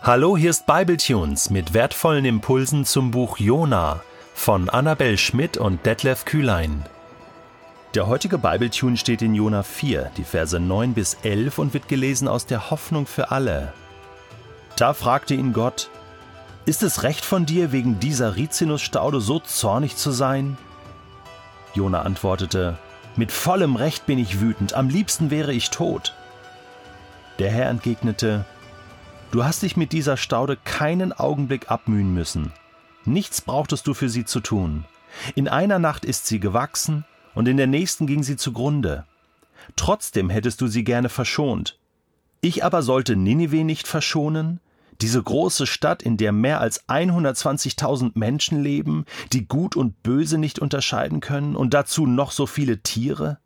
Hallo, hier ist Bibletunes mit wertvollen Impulsen zum Buch Jona von Annabel Schmidt und Detlef Kühlein. Der heutige Bibletune steht in Jona 4, die Verse 9 bis 11 und wird gelesen aus der Hoffnung für alle. Da fragte ihn Gott: Ist es recht von dir, wegen dieser Rizinusstaude so zornig zu sein? Jona antwortete: Mit vollem Recht bin ich wütend, am liebsten wäre ich tot. Der Herr entgegnete: Du hast dich mit dieser Staude keinen Augenblick abmühen müssen. Nichts brauchtest du für sie zu tun. In einer Nacht ist sie gewachsen und in der nächsten ging sie zugrunde. Trotzdem hättest du sie gerne verschont. Ich aber sollte Ninive nicht verschonen? Diese große Stadt, in der mehr als 120.000 Menschen leben, die Gut und Böse nicht unterscheiden können und dazu noch so viele Tiere?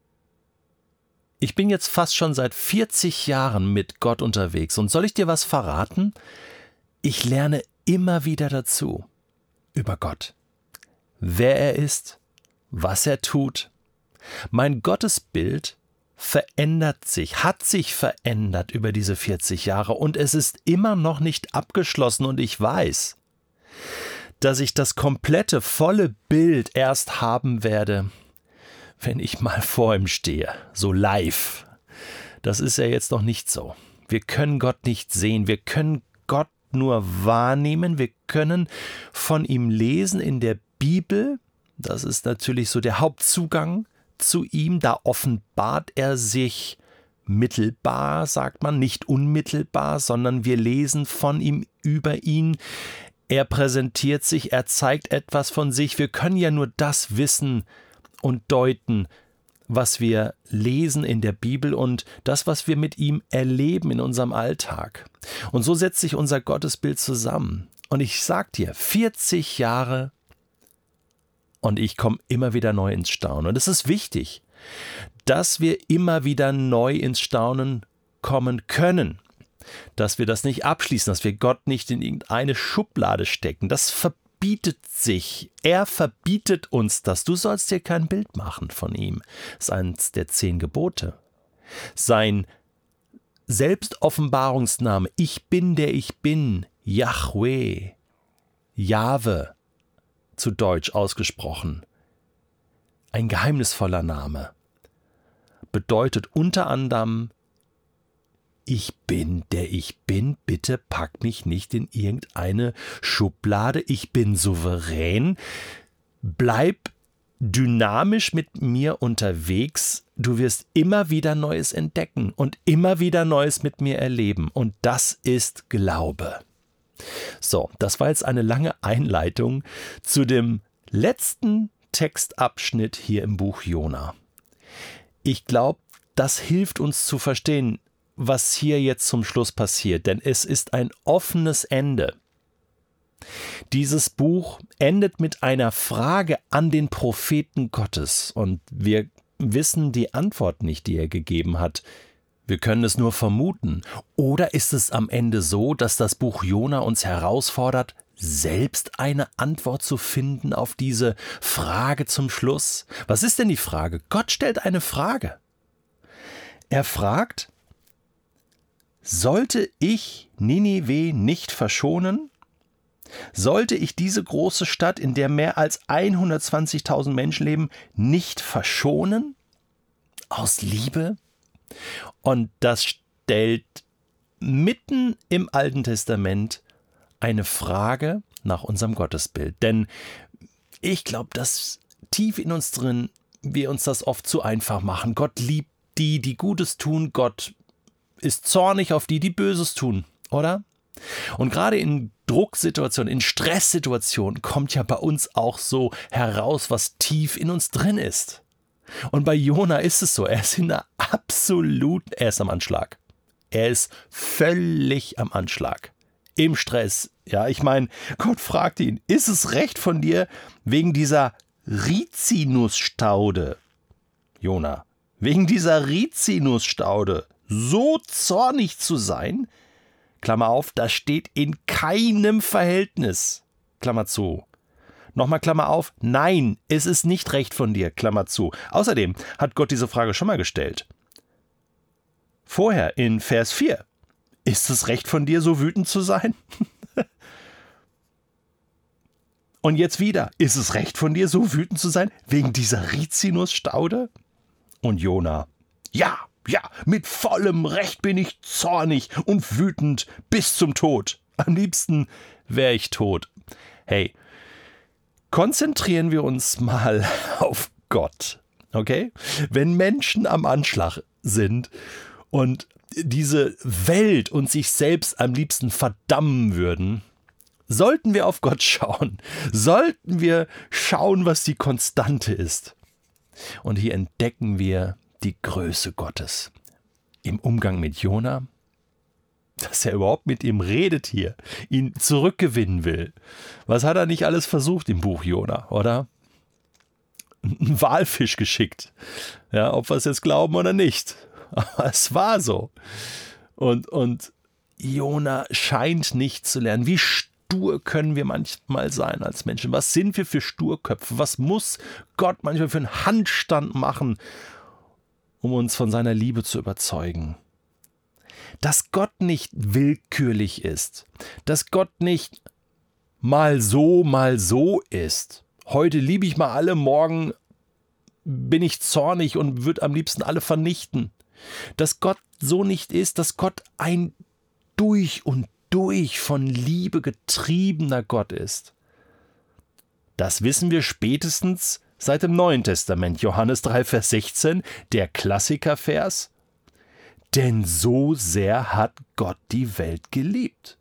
Ich bin jetzt fast schon seit 40 Jahren mit Gott unterwegs und soll ich dir was verraten? Ich lerne immer wieder dazu über Gott. Wer er ist, was er tut. Mein Gottesbild verändert sich, hat sich verändert über diese 40 Jahre und es ist immer noch nicht abgeschlossen und ich weiß, dass ich das komplette, volle Bild erst haben werde, wenn ich mal vor ihm stehe, so live. Das ist ja jetzt noch nicht so. Wir können Gott nicht sehen, wir können Gott nur wahrnehmen, wir können von ihm lesen in der Bibel. Das ist natürlich so der Hauptzugang zu ihm, da offenbart er sich mittelbar, sagt man, nicht unmittelbar, sondern wir lesen von ihm, über ihn. Er präsentiert sich, er zeigt etwas von sich. Wir können ja nur das wissen und deuten, was wir lesen in der Bibel und das, was wir mit ihm erleben in unserem Alltag. Und so setzt sich unser Gottesbild zusammen. Und ich sag dir, 40 Jahre und ich komme immer wieder neu ins Staunen. Und es ist wichtig, dass wir immer wieder neu ins Staunen kommen können. Dass wir das nicht abschließen, dass wir Gott nicht in irgendeine Schublade stecken. Das verbietet sich. Er verbietet uns das. Du sollst dir kein Bild machen von ihm. Das ist eines der 10 Gebote. Sein Selbstoffenbarungsname, ich bin der ich bin, Yahweh, Jahwe, zu Deutsch ausgesprochen. Ein geheimnisvoller Name. Bedeutet unter anderem: Ich bin der ich bin, bitte pack mich nicht in irgendeine Schublade, ich bin souverän, bleib dynamisch mit mir unterwegs, du wirst immer wieder Neues entdecken und immer wieder Neues mit mir erleben und das ist Glaube. So, das war jetzt eine lange Einleitung zu dem letzten Textabschnitt hier im Buch Jona. Ich glaube, das hilft uns zu verstehen, was hier jetzt zum Schluss passiert, denn es ist ein offenes Ende. Dieses Buch endet mit einer Frage an den Propheten Gottes und wir wissen die Antwort nicht, die er gegeben hat. Wir können es nur vermuten. Oder ist es am Ende so, dass das Buch Jona uns herausfordert, selbst eine Antwort zu finden auf diese Frage zum Schluss? Was ist denn die Frage? Gott stellt eine Frage. Er fragt: Sollte ich Ninive nicht verschonen? Sollte ich diese große Stadt, in der mehr als 120.000 Menschen leben, nicht verschonen? Aus Liebe? Und das stellt mitten im Alten Testament eine Frage nach unserem Gottesbild. Denn ich glaube, dass tief in uns drin wir uns das oft zu einfach machen. Gott liebt die, die Gutes tun. Gott ist zornig auf die, die Böses tun, oder? Und gerade in Drucksituationen, in Stresssituationen kommt ja bei uns auch so heraus, was tief in uns drin ist. Und bei Jona ist es so, er ist am Anschlag. Er ist völlig am Anschlag. Im Stress. Ja, ich meine, Gott fragt ihn: Ist es recht von dir, wegen dieser Rizinusstaude, Jona, wegen dieser Rizinusstaude so zornig zu sein? Klammer auf, das steht in keinem Verhältnis. Klammer zu. Nochmal Klammer auf, nein, es ist nicht recht von dir, Klammer zu. Außerdem hat Gott diese Frage schon mal gestellt. Vorher in Vers 4. Ist es recht von dir, so wütend zu sein? Und jetzt wieder, ist es recht von dir, so wütend zu sein, wegen dieser Rizinusstaude? Und Jona, ja, mit vollem Recht bin ich zornig und wütend bis zum Tod. Am liebsten wäre ich tot. Hey, konzentrieren wir uns mal auf Gott, okay? Wenn Menschen am Anschlag sind und diese Welt und sich selbst am liebsten verdammen würden, sollten wir auf Gott schauen. Sollten wir schauen, was die Konstante ist. Und hier entdecken wir die Größe Gottes im Umgang mit Jona, dass er überhaupt mit ihm redet hier, ihn zurückgewinnen will. Was hat er nicht alles versucht im Buch Jona, oder? Einen Walfisch geschickt. Ja, ob wir es jetzt glauben oder nicht. Aber es war so. Und Jona scheint nicht zu lernen. Wie stur können wir manchmal sein als Menschen? Was sind wir für Sturköpfe? Was muss Gott manchmal für einen Handstand machen, um uns von seiner Liebe zu überzeugen? Dass Gott nicht willkürlich ist, dass Gott nicht mal so ist. Heute liebe ich mal alle, morgen bin ich zornig und würde am liebsten alle vernichten. Dass Gott so nicht ist, dass Gott ein durch und durch von Liebe getriebener Gott ist. Das wissen wir spätestens seit dem Neuen Testament. Johannes 3, Vers 16, der Klassikervers. Denn so sehr hat Gott die Welt geliebt.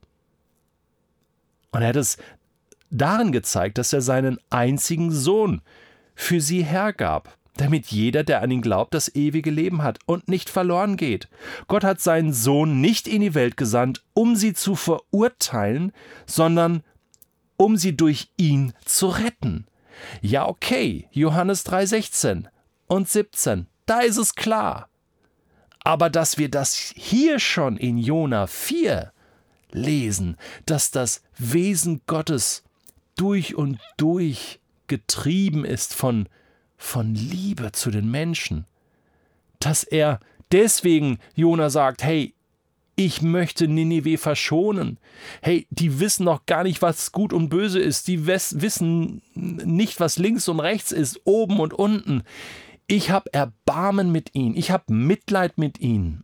Und er hat es darin gezeigt, dass er seinen einzigen Sohn für sie hergab, damit jeder, der an ihn glaubt, das ewige Leben hat und nicht verloren geht. Gott hat seinen Sohn nicht in die Welt gesandt, um sie zu verurteilen, sondern um sie durch ihn zu retten. Ja, okay, Johannes 3, 16 und 17, da ist es klar. Aber dass wir das hier schon in Jona 4 lesen, dass das Wesen Gottes durch und durch getrieben ist von Liebe zu den Menschen, dass er deswegen Jona sagt, hey, ich möchte Ninive verschonen. Hey, die wissen noch gar nicht, was gut und böse ist. Die wissen nicht, was links und rechts ist, oben und unten. Ich habe Erbarmen mit ihnen. Ich habe Mitleid mit ihnen.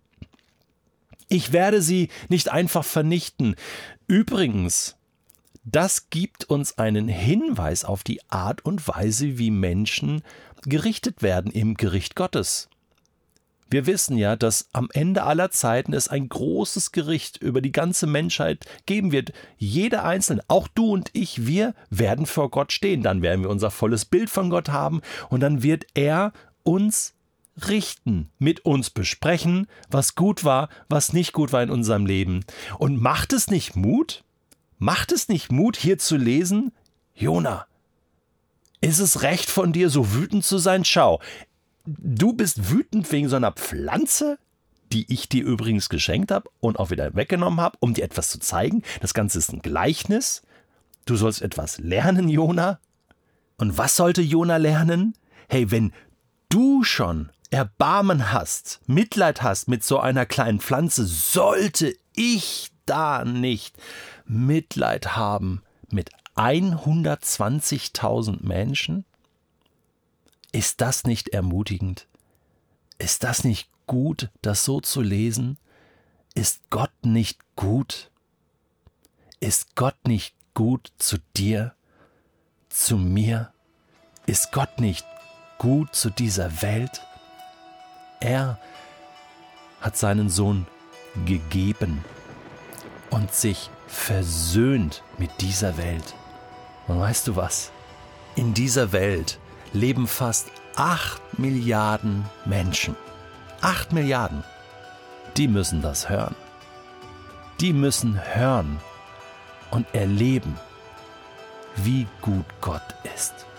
Ich werde sie nicht einfach vernichten. Übrigens, das gibt uns einen Hinweis auf die Art und Weise, wie Menschen gerichtet werden im Gericht Gottes. Wir wissen ja, dass am Ende aller Zeiten es ein großes Gericht über die ganze Menschheit geben wird. Jeder Einzelne, auch du und ich, wir werden vor Gott stehen. Dann werden wir unser volles Bild von Gott haben und dann wird er uns richten, mit uns besprechen, was gut war, was nicht gut war in unserem Leben. Und macht es nicht Mut? Macht es nicht Mut, hier zu lesen? Jona, ist es recht von dir, so wütend zu sein? Schau, du bist wütend wegen so einer Pflanze, die ich dir übrigens geschenkt habe und auch wieder weggenommen habe, um dir etwas zu zeigen. Das Ganze ist ein Gleichnis. Du sollst etwas lernen, Jona. Und was sollte Jona lernen? Hey, wenn du schon Erbarmen hast, Mitleid hast mit so einer kleinen Pflanze, sollte ich da nicht Mitleid haben mit 120.000 Menschen? Ist das nicht ermutigend? Ist das nicht gut, das so zu lesen? Ist Gott nicht gut? Ist Gott nicht gut zu dir, zu mir? Ist Gott nicht gut zu dieser Welt? Er hat seinen Sohn gegeben und sich versöhnt mit dieser Welt. Und weißt du was? In dieser Welt leben fast 8 Milliarden Menschen. 8 Milliarden. Die müssen das hören. Die müssen hören und erleben, wie gut Gott ist.